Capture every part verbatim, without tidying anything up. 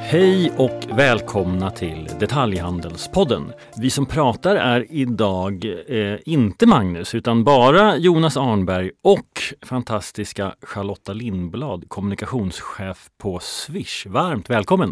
Hej och välkomna till Detaljhandelspodden. Vi som pratar är idag eh, inte Magnus utan bara Jonas Arnberg och fantastiska Charlotta Lindblad, kommunikationschef på Swish. Varmt välkommen!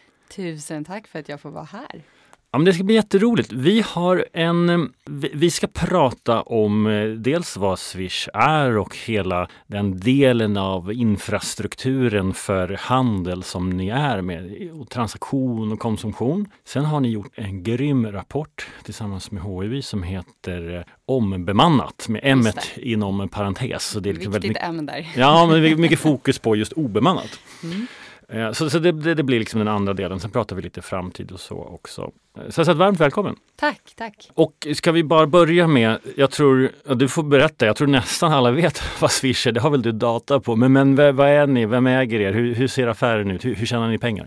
Tusen tack för att jag får vara här. Ja, men det ska bli jätteroligt. Vi har en, vi ska prata om dels vad Swish är och hela den delen av infrastrukturen för handel som ni är med, och transaktion och konsumtion. Sen har ni gjort en grym rapport tillsammans med H I V som heter Ombemannat med M inom parentes. Så det är liksom viktigt väldigt, ämne där. Ja, men det är mycket fokus på just obemannat. Mm. Så, så det, det, det blir liksom den andra delen. Sen pratar vi lite framtid och så också. Så, så varmt välkommen. Tack, tack. Och ska vi bara börja med, jag tror, du får berätta, jag tror nästan alla vet vad Swish är. Det har väl du data på. Men, men vad är ni? Vem äger er? Hur, hur ser affären ut? Hur, hur tjänar ni pengar?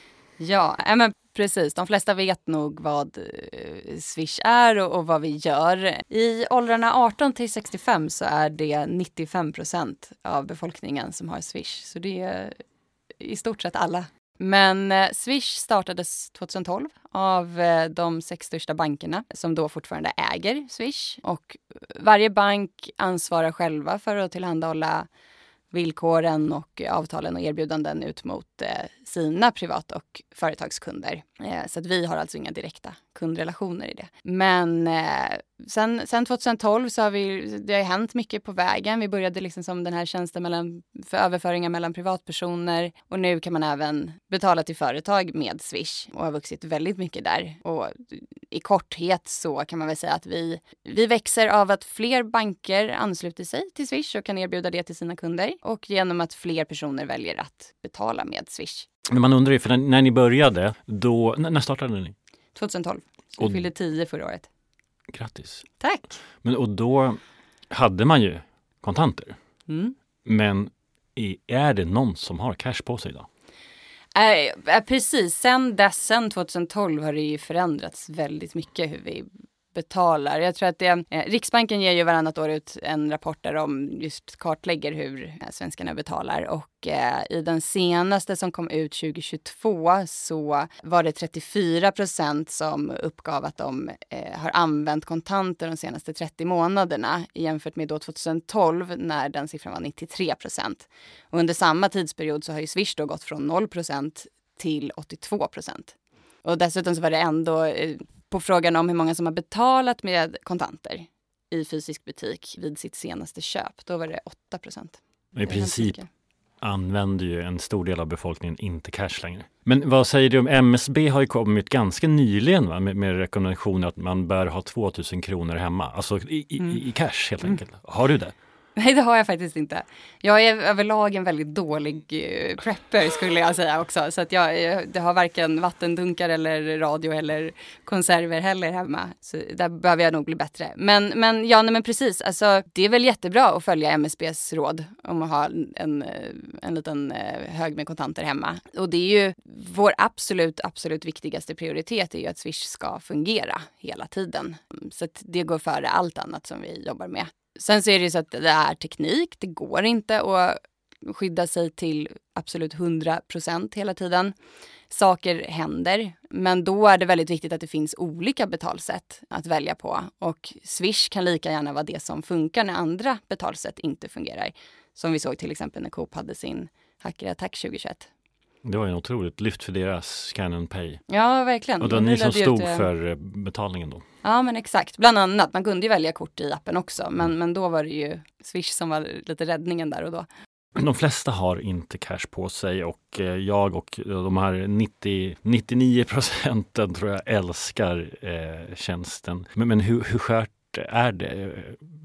Ja, men precis. De flesta vet nog vad Swish är och, och vad vi gör. I åldrarna arton till sextiofem så är det nittiofem procent av befolkningen som har Swish. Så det är i stort sett alla. Men eh, Swish startades tjugohundratolv av eh, de sex största bankerna som då fortfarande äger Swish. Och varje bank ansvarar själva för att tillhandahålla villkoren och avtalen och erbjudanden ut mot eh, sina privat- och företagskunder. Eh, så att vi har alltså inga direkta kundrelationer i det. Men eh, sen, sen tjugohundratolv så har vi, det har hänt mycket på vägen. Vi började liksom som den här tjänsten mellan, för överföringar mellan privatpersoner. Och nu kan man även betala till företag med Swish och har vuxit väldigt mycket där. Och i korthet så kan man väl säga att vi, vi växer av att fler banker ansluter sig till Swish och kan erbjuda det till sina kunder. Och genom att fler personer väljer att betala med Swish. Men man undrar ju, för när, när ni började, då, när, när startade ni? tjugohundratolv. Jag Och, fyllde tio förra året. Grattis. Tack. Men, och då hade man ju kontanter. Mm. Men är det någon som har cash på sig idag? Äh, äh, precis, sen dess, sen tjugohundratolv har det ju förändrats väldigt mycket hur vi betalar. Jag tror att det, eh, Riksbanken ger ju varannat år ut en rapport där de just kartlägger hur eh, svenskarna betalar. Och eh, i den senaste som kom ut tjugohundratjugotvå så var det trettiofyra procent som uppgav att de eh, har använt kontanter de senaste trettio månaderna jämfört med då tjugohundratolv när den siffran var nittiotre procent. Och under samma tidsperiod så har ju Swish då gått från noll procent till åttiotvå procent. Och dessutom så var det ändå eh, på frågan om hur många som har betalat med kontanter i fysisk butik vid sitt senaste köp. Då var det åtta procent. I princip använder ju en stor del av befolkningen inte cash längre. Men vad säger du om M S B har ju kommit ganska nyligen, va? Med, med rekommendationer att man bör ha tvåtusen kronor hemma. Alltså i, i, mm. i cash helt enkelt. Mm. Har du det? Nej, det har jag faktiskt inte. Jag är överlag en väldigt dålig uh, prepper skulle jag säga också. Så att jag, jag har varken vattendunkar eller radio eller konserver heller hemma. Så där behöver jag nog bli bättre. Men, men ja, nej, men precis. Alltså, det är väl jättebra att följa M S B:s råd om att ha en, en liten hög med kontanter hemma. Och det är ju vår absolut, absolut viktigaste prioritet är ju att Swish ska fungera hela tiden. Så att det går före allt annat som vi jobbar med. Sen så är det ju så att det är teknik. Det går inte att skydda sig till absolut hundra procent hela tiden. Saker händer. Men då är det väldigt viktigt att det finns olika betalsätt att välja på. Och Swish kan lika gärna vara det som funkar när andra betalsätt inte fungerar. Som vi såg till exempel när Coop hade sin hackerattack tjugohundratjugoett. Det var ju en otroligt lyft för deras Scan and Pay. Ja, verkligen. Och det var ni som stod ut, för betalningen då? Ja, men exakt. Bland annat. Man kunde ju välja kort i appen också. Men, mm. men då var det ju Swish som var lite räddningen där och då. De flesta har inte cash på sig och jag och de här nittio, nittionio procenten tror jag älskar eh, tjänsten. Men, men hur, hur skört är det?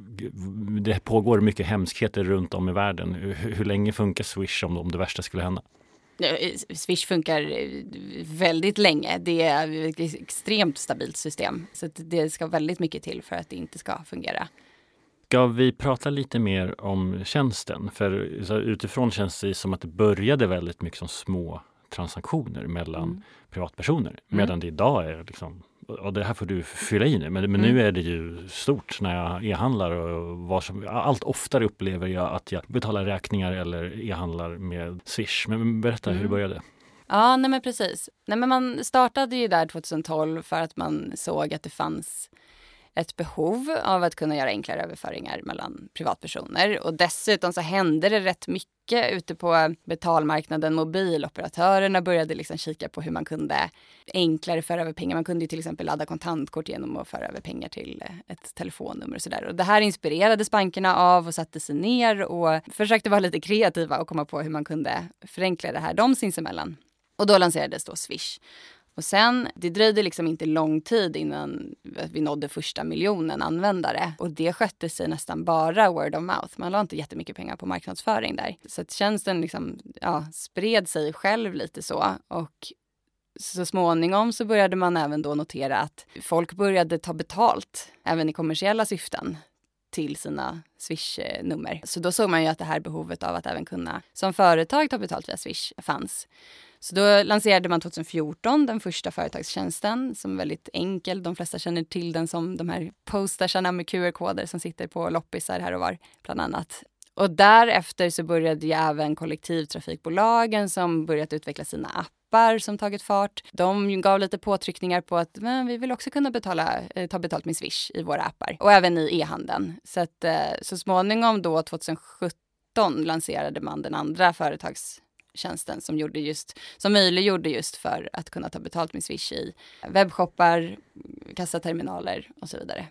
Det pågår mycket hemskheter runt om i världen. Hur, hur länge funkar Swish om, om det värsta skulle hända? Swish funkar väldigt länge. Det är ett extremt stabilt system. Så det ska väldigt mycket till för att det inte ska fungera. Ska vi prata lite mer om tjänsten? För så utifrån känns det som att det började väldigt mycket som små transaktioner mellan mm. privatpersoner. Medan mm. det idag är liksom, och det här får du fylla i nu, men, men mm. nu är det ju stort när jag e-handlar och var som, allt oftare upplever jag att jag betalar räkningar eller e-handlar med Swish. Men berätta mm. hur det började. Ja, nej men precis. Nej, men man startade ju där tjugohundratolv för att man såg att det fanns ett behov av att kunna göra enklare överföringar mellan privatpersoner. Och dessutom så hände det rätt mycket ute på betalmarknaden. Mobiloperatörerna började liksom kika på hur man kunde enklare föra över pengar. Man kunde ju till exempel ladda kontantkort genom att föra över pengar till ett telefonnummer och sådär. Och det här inspirerades bankerna av och satte sig ner och försökte vara lite kreativa och komma på hur man kunde förenkla det här de sinsemellan. Och då lanserades då Swish. Och sen, det dröjde liksom inte lång tid innan vi nådde första miljonen användare. Och det skötte sig nästan bara word of mouth. Man la inte jättemycket pengar på marknadsföring där. Så att tjänsten liksom, ja, spred sig själv lite så. Och så småningom så började man även då notera att folk började ta betalt, även i kommersiella syften, till sina Swish-nummer. Så då såg man ju att det här behovet av att även kunna som företag ta betalt via Swish fanns. Så då lanserade man tjugohundrafjorton den första företagstjänsten som är väldigt enkel. De flesta känner till den som de här postarna med Q R-koder som sitter på loppisar här och var bland annat. Och därefter så började ju även kollektivtrafikbolagen som börjat utveckla sina appar som tagit fart. De gav lite påtryckningar på att men vi vill också kunna betala, eh, ta betalt med Swish i våra appar. Och även i e-handeln. Så att eh, så småningom då tjugosjutton lanserade man den andra företags tjänsten som gjorde just som möjliggjorde just för att kunna ta betalt med Swish i webbshoppar, kassaterminaler och så vidare.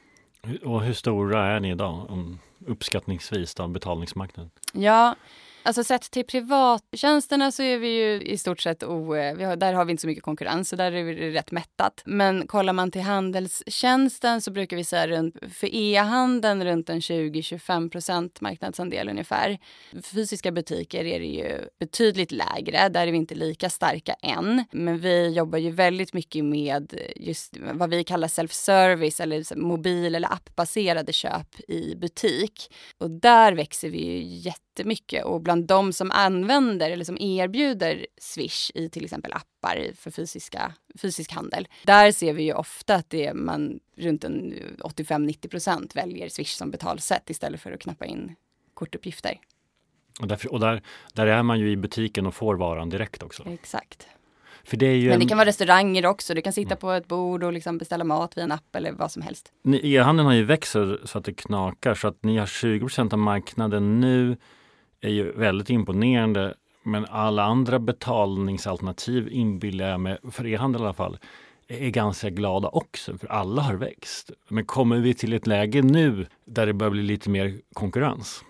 Och hur stora är ni idag om uppskattningsvis då, betalningsmarknaden? Ja, alltså sett till privattjänsterna så är vi ju i stort sett o, vi har, där har vi inte så mycket konkurrens så där är vi rätt mättat. Men kollar man till handelstjänsten så brukar vi säga runt, för e-handeln runt en tjugo till tjugofem procent marknadsandel ungefär. Fysiska butiker är det ju betydligt lägre, där är vi inte lika starka än. Men vi jobbar ju väldigt mycket med just vad vi kallar self-service eller mobil- eller appbaserade köp i butik. Och där växer vi ju jättemycket och bland de som använder eller som erbjuder Swish i till exempel appar för fysiska, fysisk handel. Där ser vi ju ofta att det är man runt en åttiofem till nittio procent väljer Swish som betalsätt istället för att knappa in kortuppgifter. Och, därför, och där, där är man ju i butiken och får varan direkt också. Exakt. För det är ju Men det en... kan vara restauranger också. Du kan sitta mm. på ett bord och liksom beställa mat via en app eller vad som helst. E-handeln har ju växt så att det knakar så att ni har tjugo procent av marknaden nu är ju väldigt imponerande. Men alla andra betalningsalternativ inbillar jag mig, för e-handel i alla fall, är ganska glada också. För alla har växt. Men kommer vi till ett läge nu där det börjar bli lite mer konkurrens?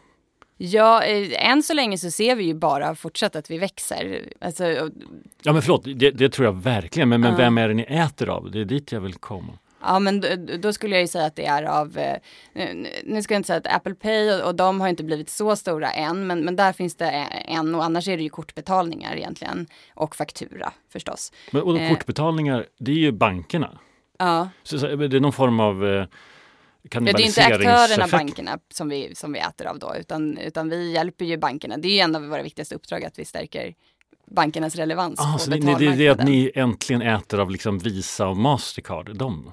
Ja, eh, än så länge så ser vi ju bara fortsatt att vi växer. Alltså, och... Ja men förlåt, det, det tror jag verkligen. Men, men uh. vem är det ni äter av? Det är dit jag vill komma. Ja, men då, då skulle jag ju säga att det är av, eh, nu ska jag inte säga att Apple Pay och, och de har inte blivit så stora än, men, men där finns det en och annars är det ju kortbetalningar egentligen och faktura förstås. Men, och de kortbetalningar, det är ju bankerna. Ja. Så, så det är någon form av eh, kannibaliseringseffekt. Ja, det är inte aktörerna bankerna som vi, som vi äter av då, utan, utan vi hjälper ju bankerna. Det är ju en av våra viktigaste uppdrag att vi stärker bankernas relevans ah, på så det, betalmarknaden. det är att ni äntligen äter av liksom Visa och Mastercard, de?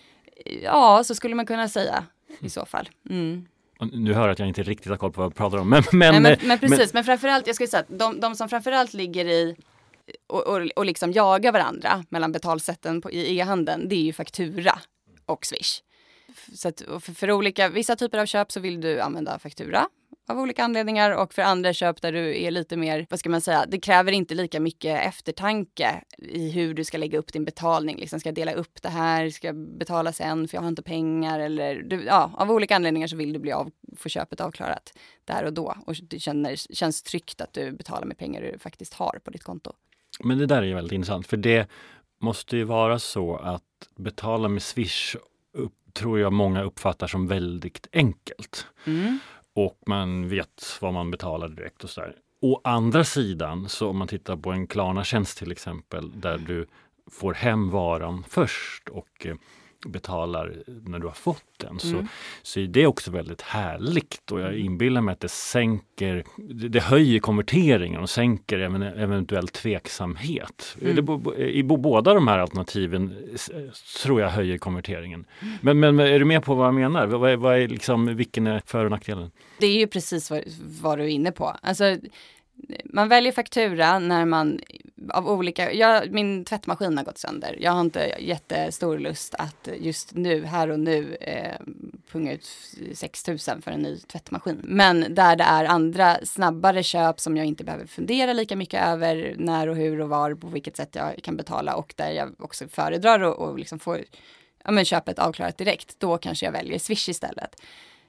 Ja, så skulle man kunna säga i så fall. Mm. Nu hör jag att jag inte riktigt har koll på vad jag pratar om. Men, men, Nej, men, men precis, men, men framförallt, jag skulle säga att de, de som framförallt ligger i och, och, och liksom jagar varandra mellan betalsätten på, i e-handeln, det är ju faktura och Swish. Så att för, för olika, vissa typer av köp så vill du använda faktura av olika anledningar och för andra köp där du är lite mer, vad ska man säga, det kräver inte lika mycket eftertanke i hur du ska lägga upp din betalning. Liksom, ska jag dela upp det här, ska jag betala sen för jag har inte pengar eller, du, ja, av olika anledningar så vill du bli av, få köpet avklarat där och då och det känner, känns tryggt att du betalar med pengar du faktiskt har på ditt konto. Men det där är ju väldigt intressant för det måste ju vara så att betala med Swish upp, tror jag många uppfattar som väldigt enkelt. Mm. Och man vet vad man betalar direkt och sådär. Å andra sidan, så om man tittar på en Klarna-tjänst till exempel, där du får hem varan först och eh, betalar när du har fått den, mm. så, så är det också väldigt härligt. Och jag inbillar mig att det sänker, det, det höjer konverteringen och sänker även, eventuell tveksamhet. Mm. Det, I båda de här alternativen tror jag höjer konverteringen. Mm. Men, men är du med på vad jag menar? Vad är, vad är liksom, vilken är för- och nackdelen? Det är ju precis vad, vad du är inne på. Alltså, man väljer faktura när man av olika, jag, min tvättmaskin har gått sönder. Jag har inte jättestor lust att just nu, här och nu, eh, punga ut sex tusen för en ny tvättmaskin. Men där det är andra snabbare köp som jag inte behöver fundera lika mycket över när och hur och var, på vilket sätt jag kan betala, och där jag också föredrar och, och liksom får ja, men köpet avklarat direkt, då kanske jag väljer Swish istället.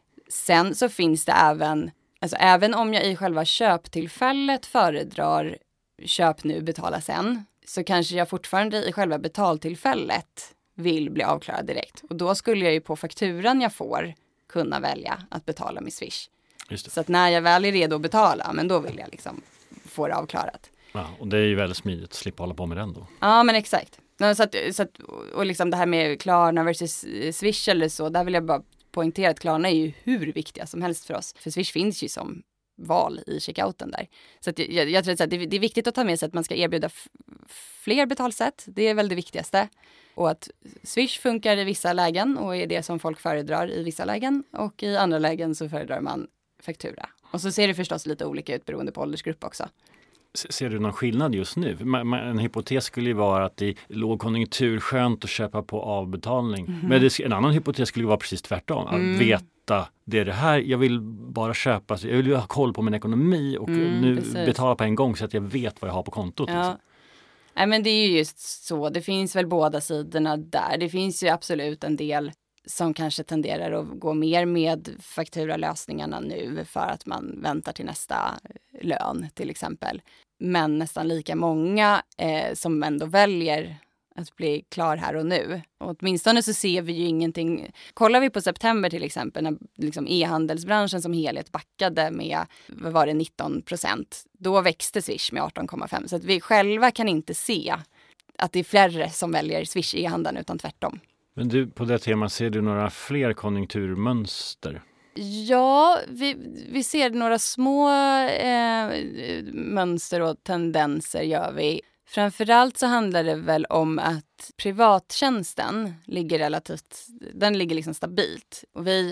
Sen så finns det även, alltså även om jag i själva köptillfället föredrar köp nu, betala sen, så kanske jag fortfarande i själva betaltillfället vill bli avklarad direkt. Och då skulle jag ju på fakturan jag får kunna välja att betala med Swish. Just det. Så att när jag väl är redo att betala, men då vill jag liksom få det avklarat. Ja, och det är ju väldigt smidigt att slippa hålla på med den då. Ja, men exakt. Så att, så att, och liksom det här med Klarna versus Swish eller så, där vill jag bara poängtera att Klarna är ju hur viktiga som helst för oss. För Swish finns ju som val i checkouten där. Så att jag, jag tror att det, det är viktigt att ta med sig att man ska erbjuda f- fler betalsätt. Det är väl det viktigaste. Och att Swish funkar i vissa lägen och är det som folk föredrar i vissa lägen. Och i andra lägen så föredrar man faktura. Och så ser det förstås lite olika ut beroende på åldersgrupp också. Ser du någon skillnad just nu? En hypotes skulle ju vara att i lågkonjunktur skönt att köpa på avbetalning. Mm. Men det, en annan hypotes skulle vara precis tvärtom. Att mm. veta, det är det här, jag vill bara köpa, jag vill ha koll på min ekonomi och mm, nu precis. betala på en gång så att jag vet vad jag har på kontot. Ja. Liksom. Nej, men det är ju just så, det finns väl båda sidorna där. Det finns ju absolut en del som kanske tenderar att gå mer med fakturalösningarna nu för att man väntar till nästa lön till exempel. Men nästan lika många eh, som ändå väljer att bli klar här och nu. Och åtminstone så ser vi ju ingenting. Kollar vi på september till exempel, när liksom e-handelsbranschen som helhet backade med, vad var det, nitton procent. Då växte Swish med arton komma fem. Så att vi själva kan inte se att det är färre som väljer Swish i e-handeln utan tvärtom. Men du, på det temat, ser du några fler konjunkturmönster? Ja, vi, vi ser några små eh, mönster och tendenser gör vi. Framförallt så handlar det väl om att privattjänsten ligger relativt, den ligger liksom stabilt. Och vi,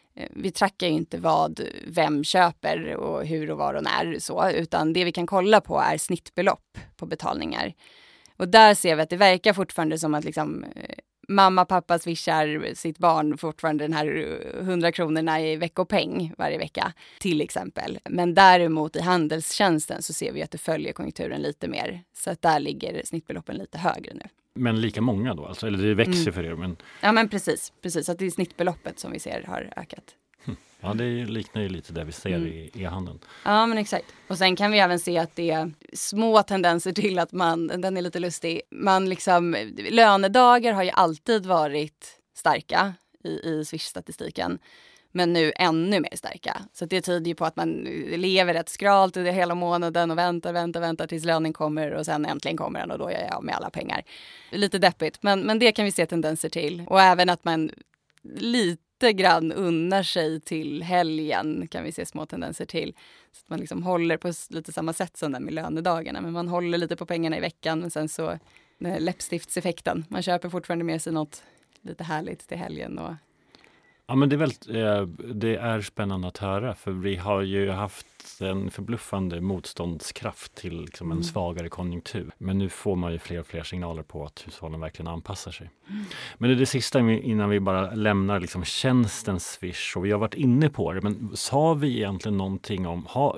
vi trackar ju inte vad, vem köper och hur och var och när så, utan det vi kan kolla på är snittbelopp på betalningar. Och där ser vi att det verkar fortfarande som att liksom mamma, pappa swishar sitt barn fortfarande den här hundra kronorna i veckopeng varje vecka till exempel. Men däremot i handelstjänsten så ser vi att det följer konjunkturen lite mer. Så att där ligger snittbeloppen lite högre nu. Men lika många då? Alltså, eller det växer mm. för er? Men... Ja, men precis. Precis. Att det är snittbeloppet som vi ser har ökat. Ja, det liknar ju lite det vi ser mm. i e-handeln. Ja, men exakt. Och sen kan vi även se att det är små tendenser till att man, den är lite lustig, man liksom, lönedagar har ju alltid varit starka i, i Swish-statistiken. Men nu ännu mer starka. Så det tyder ju på att man lever rätt skralt i hela månaden och väntar, väntar, väntar tills lönen kommer och sen äntligen kommer den och då är jag av med alla pengar. Lite deppigt, men, men det kan vi se tendenser till. Och även att man lite grann unnar sig till helgen kan vi se små tendenser till. Så att man liksom håller på lite samma sätt som med lönedagarna. Men man håller lite på pengarna i veckan men sen så läppstiftseffekten. Man köper fortfarande med sig något lite härligt till helgen och ja, men det är, väldigt, det är spännande att höra för vi har ju haft en förbluffande motståndskraft till liksom en mm. svagare konjunktur. Men nu får man ju fler och fler signaler på att hushållen verkligen anpassar sig. Mm. Men det är det sista innan vi bara lämnar liksom tjänsten Swish och vi har varit inne på det. Men sa vi egentligen någonting om, ha,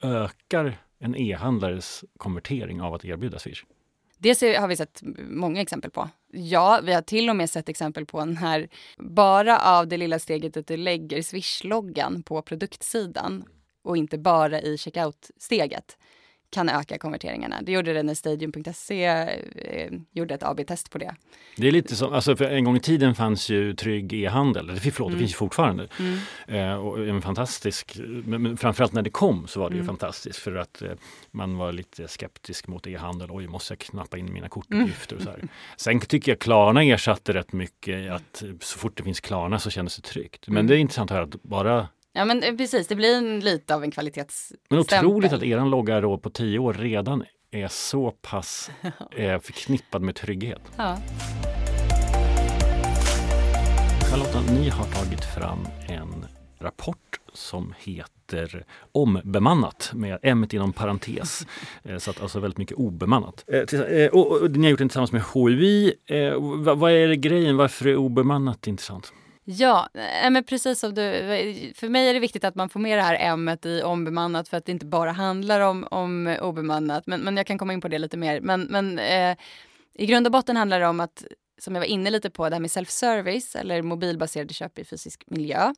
ökar en e-handlares konvertering av att erbjuda Swish? Det ser, har vi sett många exempel på. Ja, vi har till och med sett exempel på den här, bara av det lilla steget att du lägger Swish-loggan på produktsidan och inte bara i checkout-steget kan öka konverteringarna. Det gjorde det när Stadium punkt se eh, gjorde ett A B-test på det. Det är lite som, alltså för en gång i tiden fanns ju Trygg e-handel, det, förlåt, mm. det finns ju fortfarande. Mm. Eh, och en fantastisk, men framförallt när det kom så var det mm. ju fantastiskt för att eh, man var lite skeptisk mot e-handel. Oj, måste jag knappa in mina kortuppgifter och så här. Sen tycker jag Klarna ersatte rätt mycket att så fort det finns Klarna så kändes det tryggt. Men mm. det är intressant att höra att bara ja, men precis. Det blir en, lite av en kvalitetsstämpel. Men otroligt att eran logga då på tio år redan är så pass eh, förknippad med trygghet. Ja. Charlotta, ni har tagit fram en rapport som heter Ombemannat med M inom parentes. Så att alltså väldigt mycket obemannat. Och, och, och ni har gjort den tillsammans med H U I. Vad, vad är det grejen? Varför är obemannat intressant? Ja, men precis som du, för mig är det viktigt att man får med det här M-et i ombemannat för att det inte bara handlar om, om obemannat, men, men jag kan komma in på det lite mer. Men, men eh, i grund och botten handlar det om att, som jag var inne lite på, det här med self-service eller mobilbaserade köp i fysisk miljö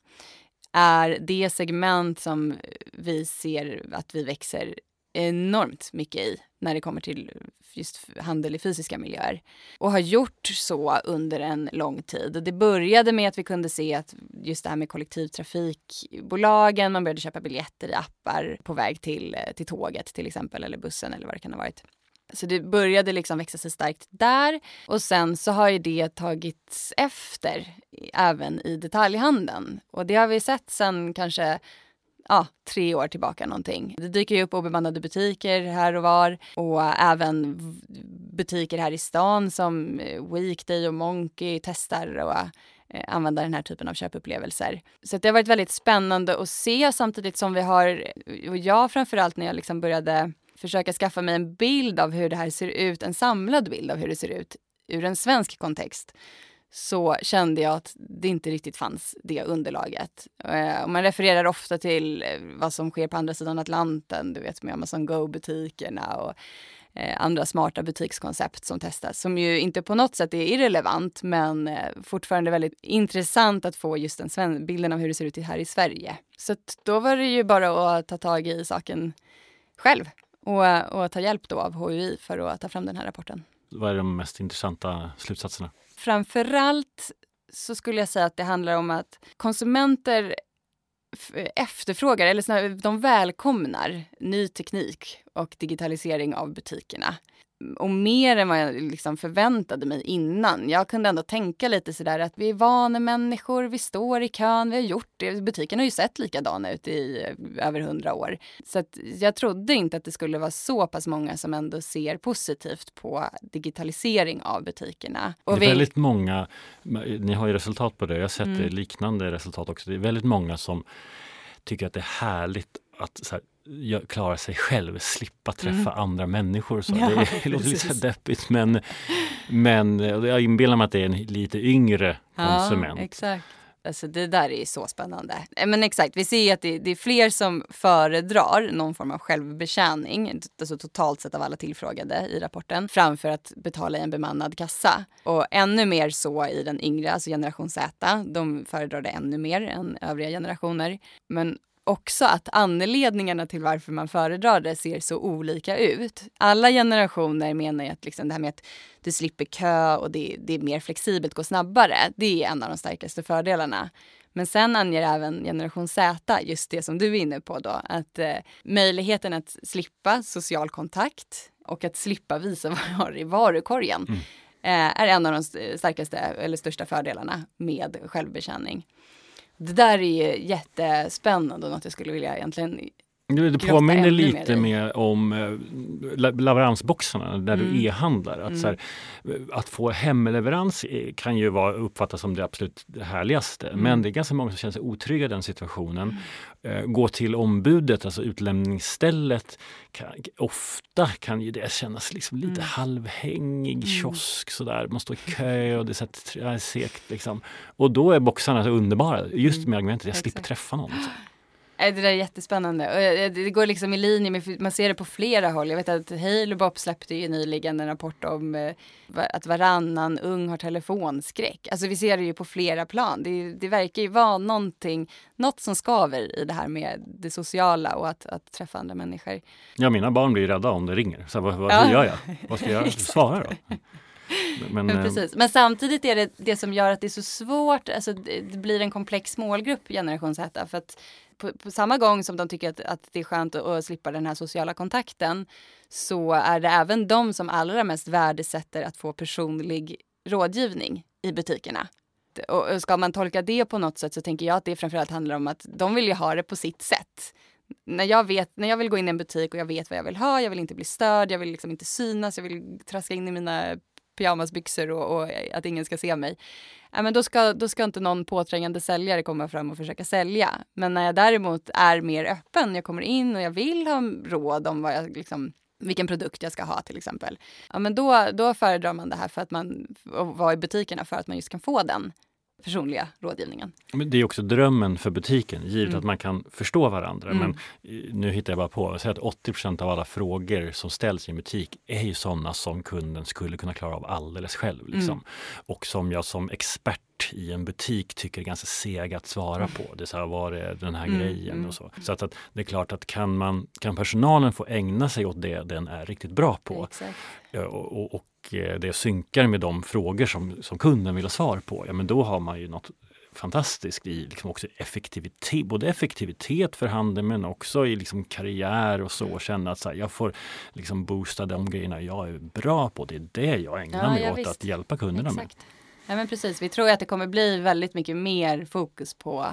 är det segment som vi ser att vi växer enormt mycket i när det kommer till just handel i fysiska miljöer. Och har gjort så under en lång tid. Och det började med att vi kunde se att just det här med kollektivtrafikbolagen, man började köpa biljetter i appar på väg till, till tåget till exempel, eller bussen eller vad det kan ha varit. Så det började liksom växa sig starkt där. Och sen så har ju det tagits efter även i detaljhandeln. Och det har vi sett sen kanske ja, tre år tillbaka någonting. Det dyker ju upp obemannade butiker här och var. Och även butiker här i stan som Weekday och Monkey testar och använda den här typen av köpupplevelser. Så det har varit väldigt spännande att se, samtidigt som vi har, och jag framförallt när jag liksom började försöka skaffa mig en bild av hur det här ser ut, en samlad bild av hur det ser ut ur en svensk kontext, så kände jag att det inte riktigt fanns det underlaget. Och man refererar ofta till vad som sker på andra sidan Atlanten, du vet med Amazon Go-butikerna och andra smarta butikskoncept som testas, som ju inte på något sätt är irrelevant, men fortfarande väldigt intressant att få just den sven- bilden av hur det ser ut här i Sverige. Så att då var det ju bara att ta tag i saken själv och, och ta hjälp då av H U I för att ta fram den här rapporten. Vad är de mest intressanta slutsatserna? Framförallt så skulle jag säga att det handlar om att konsumenter efterfrågar, eller snarare, de välkomnar ny teknik och digitalisering av butikerna. Och mer än vad jag liksom förväntade mig innan. Jag kunde ändå tänka lite sådär att vi är vana människor, vi står i kön, vi har gjort det. Butiken har ju sett likadana ut i över hundra år. Så att jag trodde inte att det skulle vara så pass många som ändå ser positivt på digitalisering av butikerna. Och det är vi... väldigt många, ni har ju resultat på det, jag har sett mm. liknande resultat också. Det är väldigt många som tycker att det är härligt att så här, klara sig själv, slippa träffa mm. andra människor. Så. Ja, det, det låter lite deppigt, men, men jag inbillar mig att det är en lite yngre konsument. Ja, exakt. Alltså det där är så spännande. Men exakt, vi ser att det, det är fler som föredrar någon form av självbetjäning, alltså totalt sett av alla tillfrågade i rapporten, framför att betala i en bemannad kassa. Och ännu mer så i den yngre, alltså generation Z, de föredrar det ännu mer än övriga generationer. Men också att anledningarna till varför man föredrar det ser så olika ut. Alla generationer menar ju att liksom det här med att du slipper kö och det, det är mer flexibelt, går snabbare. Det är en av de starkaste fördelarna. Men sen anger även generation Z just det som du är inne på då. Att eh, möjligheten att slippa social kontakt och att slippa visa vad du har i varukorgen mm. eh, är en av de starkaste eller största fördelarna med självbetjäning. Det där är jättespännande och något jag skulle vilja egentligen Det påminner lite mer om äh, leveransboxarna där mm. du e-handlar. Att, mm. så här, att få hemleverans kan ju vara, uppfattas som det absolut härligaste. Mm. Men det är ganska många som känner sig otrygga i den situationen. Mm. Äh, gå till ombudet, alltså utlämningsstället. Kan, ofta kan ju det kännas liksom lite mm. halvhängig mm. kiosk. Sådär. Man står i kö och det är, är segt. Liksom. Och då är boxarna så underbara. Just med argumentet att jag slipper träffa någon. Liksom. Det där är jättespännande. Och det går liksom i linje med, man ser det på flera håll. Jag vet att Hale och Bob släppte ju nyligen en rapport om att varannan ung har telefonskräck. Alltså vi ser det ju på flera plan. Det, det verkar ju vara någonting, något som skaver i det här med det sociala och att, att träffa andra människor. Ja, mina barn blir rädda om det ringer. Så vad, vad, ja. Hur gör jag? Vad ska jag svara då? Men, men, precis. Men samtidigt är det det som gör att det är så svårt, alltså det blir en komplex målgrupp generation Z, för att på, på samma gång som de tycker att, att det är skönt att, att slippa den här sociala kontakten, så är det även de som allra mest värdesätter att få personlig rådgivning i butikerna. Och ska man tolka det på något sätt, så tänker jag att det framförallt handlar om att de vill ju ha det på sitt sätt. När jag, vet, när jag vill gå in i en butik och jag vet vad jag vill ha, jag vill inte bli störd, jag vill liksom inte synas, jag vill traska in i mina pyjamasbyxor och, och att ingen ska se mig. Ja, men då ska, då ska inte någon påträngande säljare komma fram och försöka sälja. Men när jag däremot är mer öppen, jag kommer in och jag vill ha råd om vad jag, liksom, vilken produkt jag ska ha till exempel. Ja, men då, då föredrar man det här för att man var i butikerna för att man just kan få den personliga rådgivningen. Men det är också drömmen för butiken, givet Mm. att man kan förstå varandra. Mm. Men nu hittar jag bara på att säga att åttio procent av alla frågor som ställs i en butik är ju sådana som kunden skulle kunna klara av alldeles själv. Liksom. Mm. Och som jag som expert i en butik tycker är ganska seg att svara på. Det är så här, vad är den här Mm. grejen Mm. och så. Så att, att det är klart att kan, man, kan personalen få ägna sig åt det den är riktigt bra på. Exakt. Och, och, och det synkar med de frågor som, som kunden vill ha svar på, ja men då har man ju något fantastiskt i liksom också effektivitet, både effektivitet för handeln men också i liksom karriär och så, och känna att så här, jag får liksom boosta de grejerna jag är bra på, det är det jag ägnar Ja, mig ja, åt, visst. att hjälpa kunderna Exakt. Ja, men precis. Vi tror att det kommer bli väldigt mycket mer fokus på,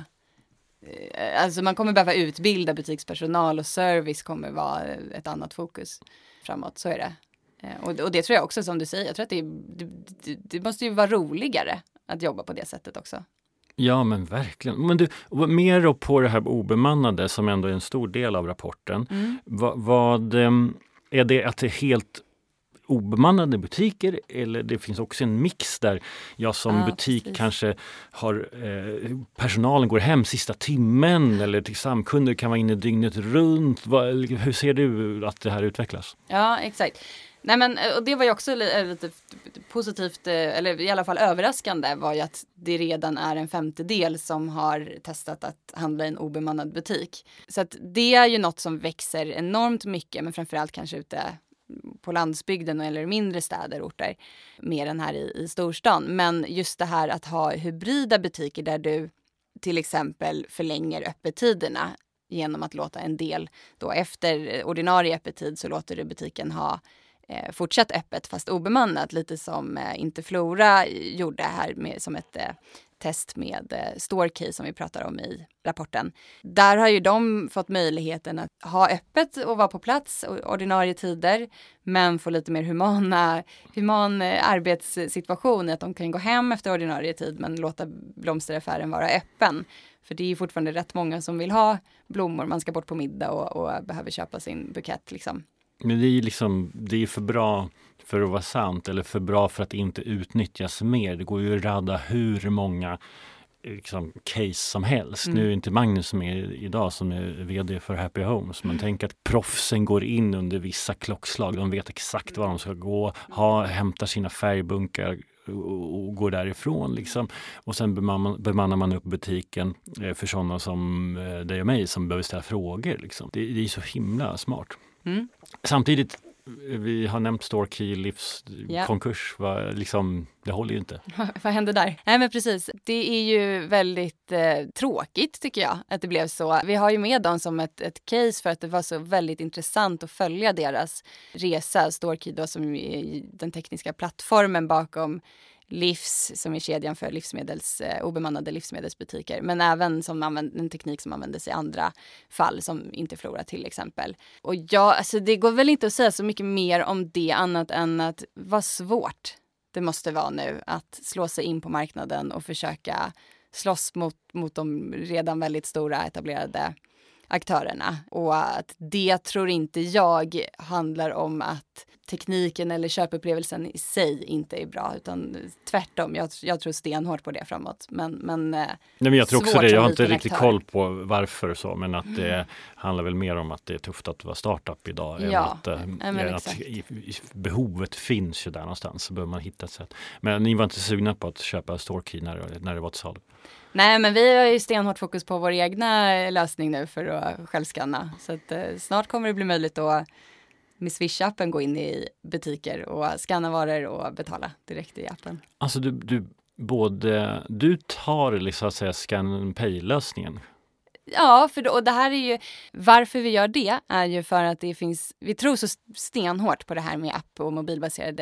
eh, alltså man kommer behöva utbilda butikspersonal och service kommer vara ett annat fokus framåt, så är det. Eh, och, och det tror jag också, som du säger, jag tror att det, det, det, det måste ju vara roligare att jobba på det sättet också. Ja, men verkligen. Men du, mer då på det här obemannade som ändå är en stor del av rapporten. Mm. Vad, vad em, är det att det är helt obemannade butiker, eller det finns också en mix där jag som Ja, butik precis. kanske har eh, personalen går hem sista timmen, eller till samkunder kan vara inne dygnet runt. Vad, hur ser du att det här utvecklas? Ja, exakt. Nej, men, och det var ju också li- lite positivt, eh, eller i alla fall överraskande, var ju att det redan är en femtedel som har testat att handla i en obemannad butik. Så att det är ju något som växer enormt mycket, men framförallt kanske ute på landsbygden eller mindre städer, orter, mer än här i, i storstan. Men just det här att ha hybrida butiker där du till exempel förlänger öppettiderna genom att låta en del då efter ordinarie öppettid så låter du butiken ha eh, fortsatt öppet fast obemannat, lite som eh, Interflora gjorde här med, som ett eh, test med eh, Storkey som vi pratar om i rapporten. Där har ju de fått möjligheten att ha öppet och vara på plats ordinarie tider, men få lite mer humana, human eh, arbetssituation, att de kan gå hem efter ordinarie tid men låta blomsteraffären vara öppen. För det är ju fortfarande rätt många som vill ha blommor, man ska bort på middag och, och behöver köpa sin bukett liksom. Men det är ju liksom, det är för bra för att vara sant, eller för bra för att inte utnyttjas mer. Det går ju att radda hur många liksom, case som helst. Mm. Nu är inte Magnus med idag som är vd för Happy Homes. Man mm. tänker att proffsen går in under vissa klockslag. De vet exakt var de ska gå, ha, hämta sina färgbunkar och, och gå därifrån. Liksom. Och sen bemannar, bemannar man upp butiken för sådana som dig och mig som behöver ställa frågor. Liksom. Det, det är så himla smart. Mm. Samtidigt, vi har nämnt Storkey livskonkurs, Ja. liksom, det håller ju inte. Vad hände där? Nej, men precis, det är ju väldigt eh, tråkigt tycker jag att det blev så. Vi har ju med dem som ett, ett case för att det var så väldigt intressant att följa deras resa. Storkey då som är den tekniska plattformen bakom Livs, som är kedjan för livsmedels, eh, obemannade livsmedelsbutiker, men även som använd, en teknik som användes i andra fall som Interflora till exempel. Och ja, alltså det går väl inte att säga så mycket mer om det annat än att vad svårt det måste vara nu att slå sig in på marknaden och försöka slåss mot, mot de redan väldigt stora etablerade aktörerna. Och att det tror inte jag handlar om att tekniken eller köpupplevelsen i sig inte är bra, utan tvärtom. Jag, jag tror stenhårt på det framåt. Men, men, Nej, men jag tror också det. Jag har inte riktigt aktör. koll på varför och så, men att det mm. handlar väl mer om att det är tufft att vara startup idag. Ja, att, äh, ja, att i, i, behovet finns ju där någonstans, så behöver man hitta ett sätt. Men ni var inte sugna på att köpa Storkey när, när det var till salu? Nej, men vi har ju stenhårt fokus på vår egna lösning nu för att självskanna. Så att, eh, snart kommer det bli möjligt att med Swish-appen gå in i butiker och skanna varor och betala direkt i appen. Alltså du, du, både, du tar liksom, att säga scan and pay-lösningen? Ja, för då, och det här är ju, varför vi gör det är ju för att det finns, vi tror så stenhårt på det här med app och mobilbaserade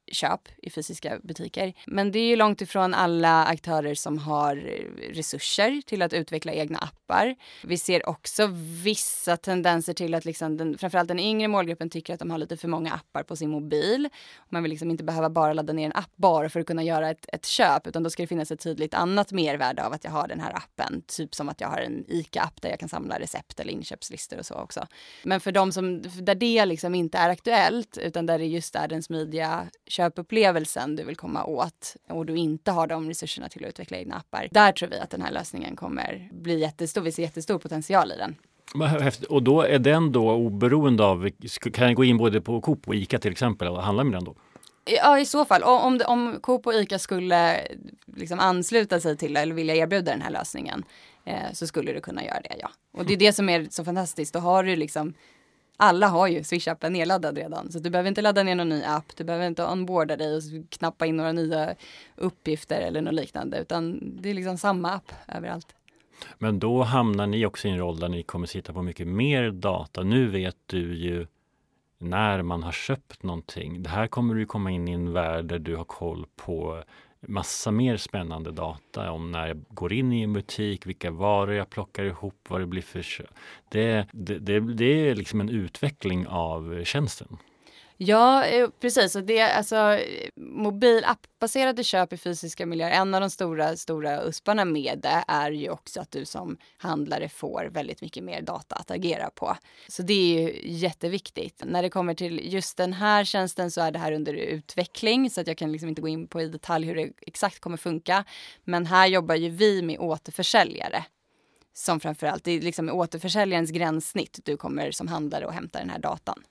köp i fysiska butiker. Men det är ju långt ifrån alla aktörer som har resurser till att utveckla egna appar. Vi ser också vissa tendenser till att liksom den, framförallt den yngre målgruppen tycker att de har lite för många appar på sin mobil. Man vill liksom inte behöva bara ladda ner en app bara för att kunna göra ett, ett köp, utan då ska det finnas ett tydligt annat mervärde av att jag har den här appen. Typ som att jag har en ICA-app där jag kan samla recept eller inköpslistor och så också. Men för de som, där det liksom inte är aktuellt, utan där det just är den smidiga köpupplevelsen du vill komma åt och du inte har de resurserna till att utveckla egna appar. Där tror vi att den här lösningen kommer bli jättestor. Vi ser jättestor potential i den. Och då är den då oberoende av, kan jag gå in både på Coop och ICA till exempel och handla med den då? Ja, i så fall. Om, det, om Coop och ICA skulle liksom ansluta sig till eller vilja erbjuda den här lösningen eh, så skulle du kunna göra det, ja. Och det är det som är så fantastiskt. Då har du liksom, alla har ju Swish-appen nedladdad redan. Så du behöver inte ladda ner någon ny app. Du behöver inte onboarda dig och knappa in några nya uppgifter eller något liknande. Utan det är liksom samma app överallt. Men då hamnar ni också i en roll där ni kommer sitta på mycket mer data. Nu vet du ju när man har köpt någonting. Det här kommer du komma in i en värld där du har koll på massa mer spännande data om när jag går in i en butik, vilka varor jag plockar ihop, vad det blir för köp. Det, det, det, det är liksom en utveckling av tjänsten. Ja, precis. Och det, alltså, mobilappbaserade köp i fysiska miljöer, en av de stora, stora usparna med det är ju också att du som handlare får väldigt mycket mer data att agera på. Så det är ju jätteviktigt. När det kommer till just den här tjänsten så är det här under utveckling, så att jag kan liksom inte gå in på i detalj hur det exakt kommer funka. Men här jobbar ju vi med återförsäljare. Som framförallt, det är liksom återförsäljarens gränssnitt du kommer som handlare och hämtar den här datan.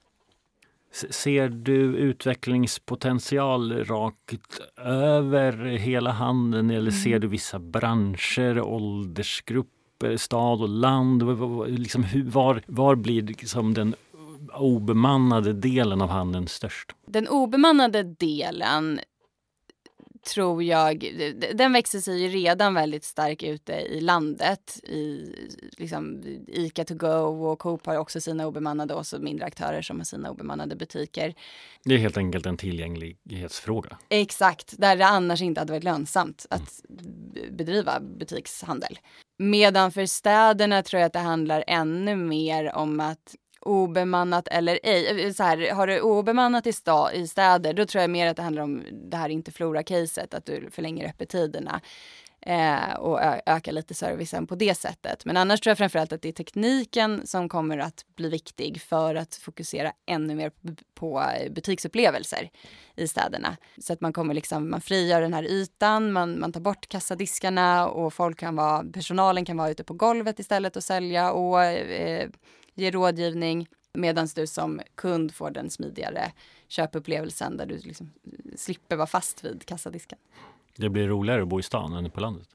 Ser du utvecklingspotential rakt över hela handeln eller mm. ser du vissa branscher, åldersgrupper, stad och land? Liksom hur, var, var blir liksom den obemannade delen av handeln störst? Den obemannade delen tror jag, den växer sig ju redan väldigt stark ute i landet. I, liksom, ICA to go och Coop har också sina obemannade och så mindre aktörer som har sina obemannade butiker. Det är helt enkelt en tillgänglighetsfråga. Exakt, där det annars inte hade varit lönsamt att mm. bedriva butikshandel. Medan för städerna tror jag att det handlar ännu mer om att obemannat eller ej. Så här, har du obemannat i, sta, i städer, då tror jag mer att det handlar om det här inte Flora-caset, att du förlänger öppettiderna eh, och ö- ökar lite servicen på det sättet. Men annars tror jag framförallt att det är tekniken som kommer att bli viktig för att fokusera ännu mer på, på butiksupplevelser i städerna. Så att man kommer liksom, man frigör den här ytan, man, man tar bort kassadiskarna och folk kan vara, personalen kan vara ute på golvet istället och sälja och eh, ge rådgivning, medan du som kund får den smidigare köpupplevelsen där du liksom slipper vara fast vid kassadisken. Det blir roligare att bo i stan än på landet.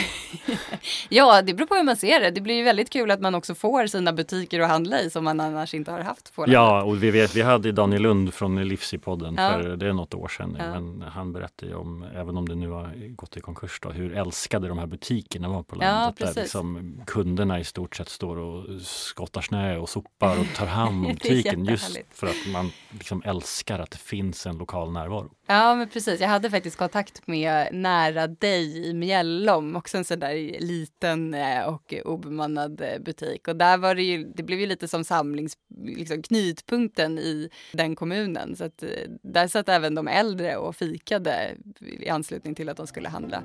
Ja, det beror på hur man ser det. Det blir ju väldigt kul att man också får sina butiker att handla i som man annars inte har haft på landet. Ja, och vi vet, vi hade Daniel Lund från Livsi-podden ja. för det är något år sedan. Ja. Men han berättade ju om, även om det nu har gått i konkurs då, hur älskade de här butikerna var på landet. Ja, där liksom kunderna i stort sett står och skottar snö och sopar och tar hand om butiken just för att man liksom älskar att det finns en lokal närvaro. Ja, men precis. Jag hade faktiskt kontakt med Nära dig i Mjällom, också en sån där liten och obemannad butik. Och där var det ju, det blev ju lite som samlings, liksom knytpunkten i den kommunen. Så att där satt även de äldre och fikade i anslutning till att de skulle handla.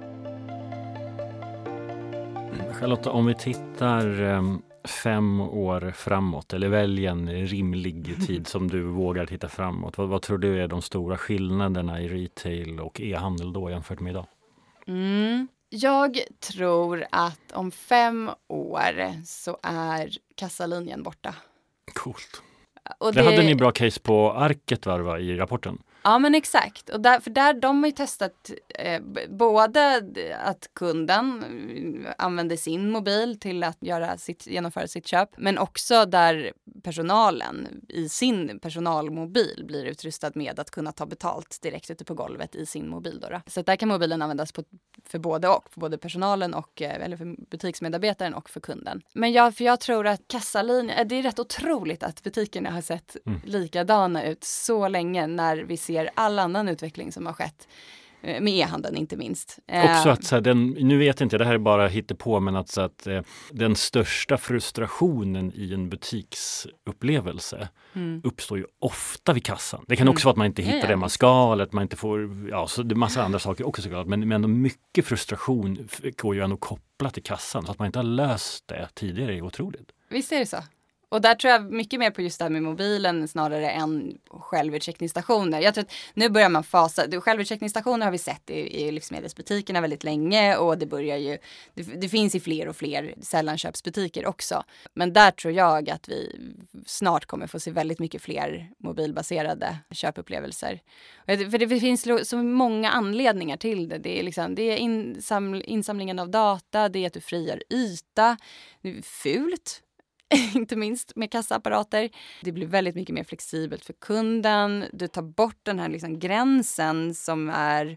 Charlotta, om vi tittar um, fem år framåt, eller välj en rimlig tid som du vågar titta framåt. Vad, vad tror du är de stora skillnaderna i retail och e-handel då jämfört med idag? Mm. Jag tror att om fem år så är kassalinjen borta. Coolt. Och det... det hade ni bra case på Arket varva i rapporten. Ja, men exakt. Och där, för där de har ju testat eh, både att kunden använder sin mobil till att göra sitt, genomföra sitt köp, men också där personalen i sin personalmobil blir utrustad med att kunna ta betalt direkt ute på golvet i sin mobil. Då då. Så där kan mobilen användas på, för både och, för både personalen och eller för butiksmedarbetaren och för kunden. Men jag, för jag tror att kassalinjen, det är rätt otroligt att butikerna har sett mm. likadana ut så länge när vi ser ser all annan utveckling som har skett med e-handeln inte minst. Också att så här, den, nu vet jag inte, det här är bara hittepå, men att, så att eh, den största frustrationen i en butiksupplevelse mm. uppstår ju ofta vid kassan. Det kan också mm. vara att man inte hittar ja, ja. det man ska, eller att man inte får, ja, så det är massa andra saker också såklart. Men, men mycket frustration går ju ändå kopplat till kassan. Så att man inte har löst det tidigare är otroligt. Visst är det så. Och där tror jag mycket mer på just det här med mobilen snarare än självutcheckningsstationer. Jag tror att nu börjar man fasa. Självutcheckningsstationer har vi sett i, i livsmedelsbutikerna väldigt länge och det börjar ju, det, det finns i fler och fler sällanköpsbutiker också. Men där tror jag att vi snart kommer få se väldigt mycket fler mobilbaserade köpupplevelser. För det finns så många anledningar till det. Det är, liksom, det är insaml, insamlingen av data, det är att du frigör yta, det är fult. Inte minst med kassaapparater. Det blir väldigt mycket mer flexibelt för kunden. Du tar bort den här liksom gränsen som är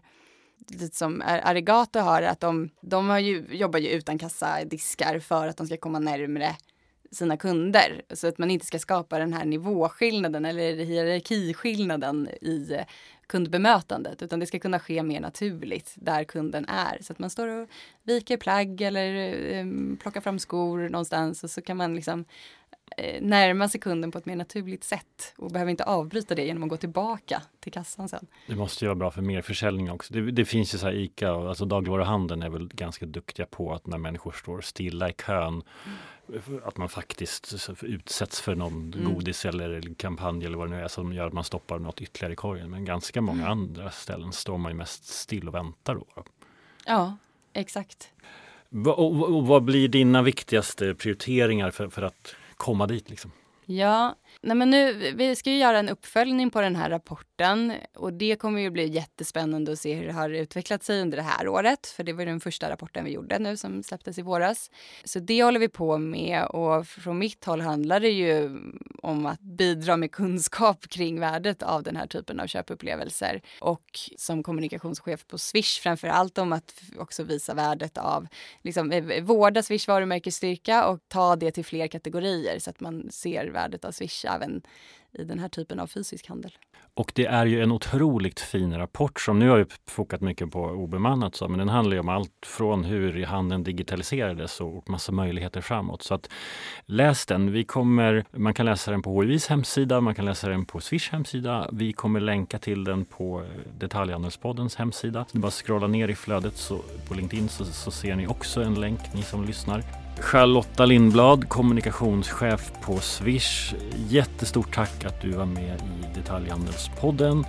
som Arigato har. Att de, de har ju, jobbar ju utan kassadiskar för att de ska komma närmare sina kunder. Så att man inte ska skapa den här nivåskillnaden eller hierarkiskillnaden i kundbemötandet. Utan det ska kunna ske mer naturligt där kunden är. Så att man står och viker plagg eller um, plockar fram skor någonstans. Och så kan man liksom eh, närma sig kunden på ett mer naturligt sätt. Och behöver inte avbryta det genom att gå tillbaka till kassan sen. Det måste ju vara bra för mer försäljning också. Det, det finns ju så här ICA, och, alltså dagligvaruhandeln är väl ganska duktiga på att när människor står stilla i kön mm. att man faktiskt utsätts för någon mm. godis eller kampanj eller vad det nu är som gör att man stoppar något ytterligare i korgen. Men ganska många mm. andra ställen står man ju mest still och väntar då. Ja, exakt. Va, och, och vad blir dina viktigaste prioriteringar för, för att komma dit liksom? Ja, nej men nu, vi ska ju göra en uppföljning på den här rapporten och det kommer ju bli jättespännande att se hur det har utvecklat sig under det här året, för det var den första rapporten vi gjorde nu som släpptes i våras. Så det håller vi på med och från mitt håll handlar det ju om att bidra med kunskap kring värdet av den här typen av köpupplevelser och som kommunikationschef på Swish framför allt om att också visa värdet av liksom, vårda Swish varumärkesstyrka och ta det till fler kategorier så att man ser värdet av Swish även i den här typen av fysisk handel. Och det är ju en otroligt fin rapport som nu har ju fokat mycket på obemannat, så, men den handlar ju om allt från hur handeln digitaliserades och massa möjligheter framåt. Så att läs den. Vi kommer, man kan läsa den på H I V:s hemsida, man kan läsa den på Swish hemsida. Vi kommer länka till den på Detaljhandelspoddens hemsida. Så bara scrolla ner i flödet så, på LinkedIn så, så ser ni också en länk, ni som lyssnar. Charlotta Lindblad, kommunikationschef på Swish. Jättestort tack att du var med i Detaljhandelspodden.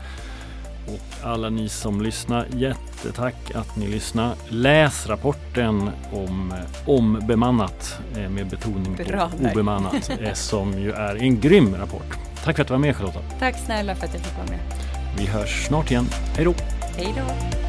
Och alla ni som lyssnar, jättetack att ni lyssnar. Läs rapporten om ombemannat med betoning på obemannat som ju är en grym rapport. Tack för att du var med, Charlotta. Tack snälla för att jag fick vara med. Vi hörs snart igen. Hej då! Hej då!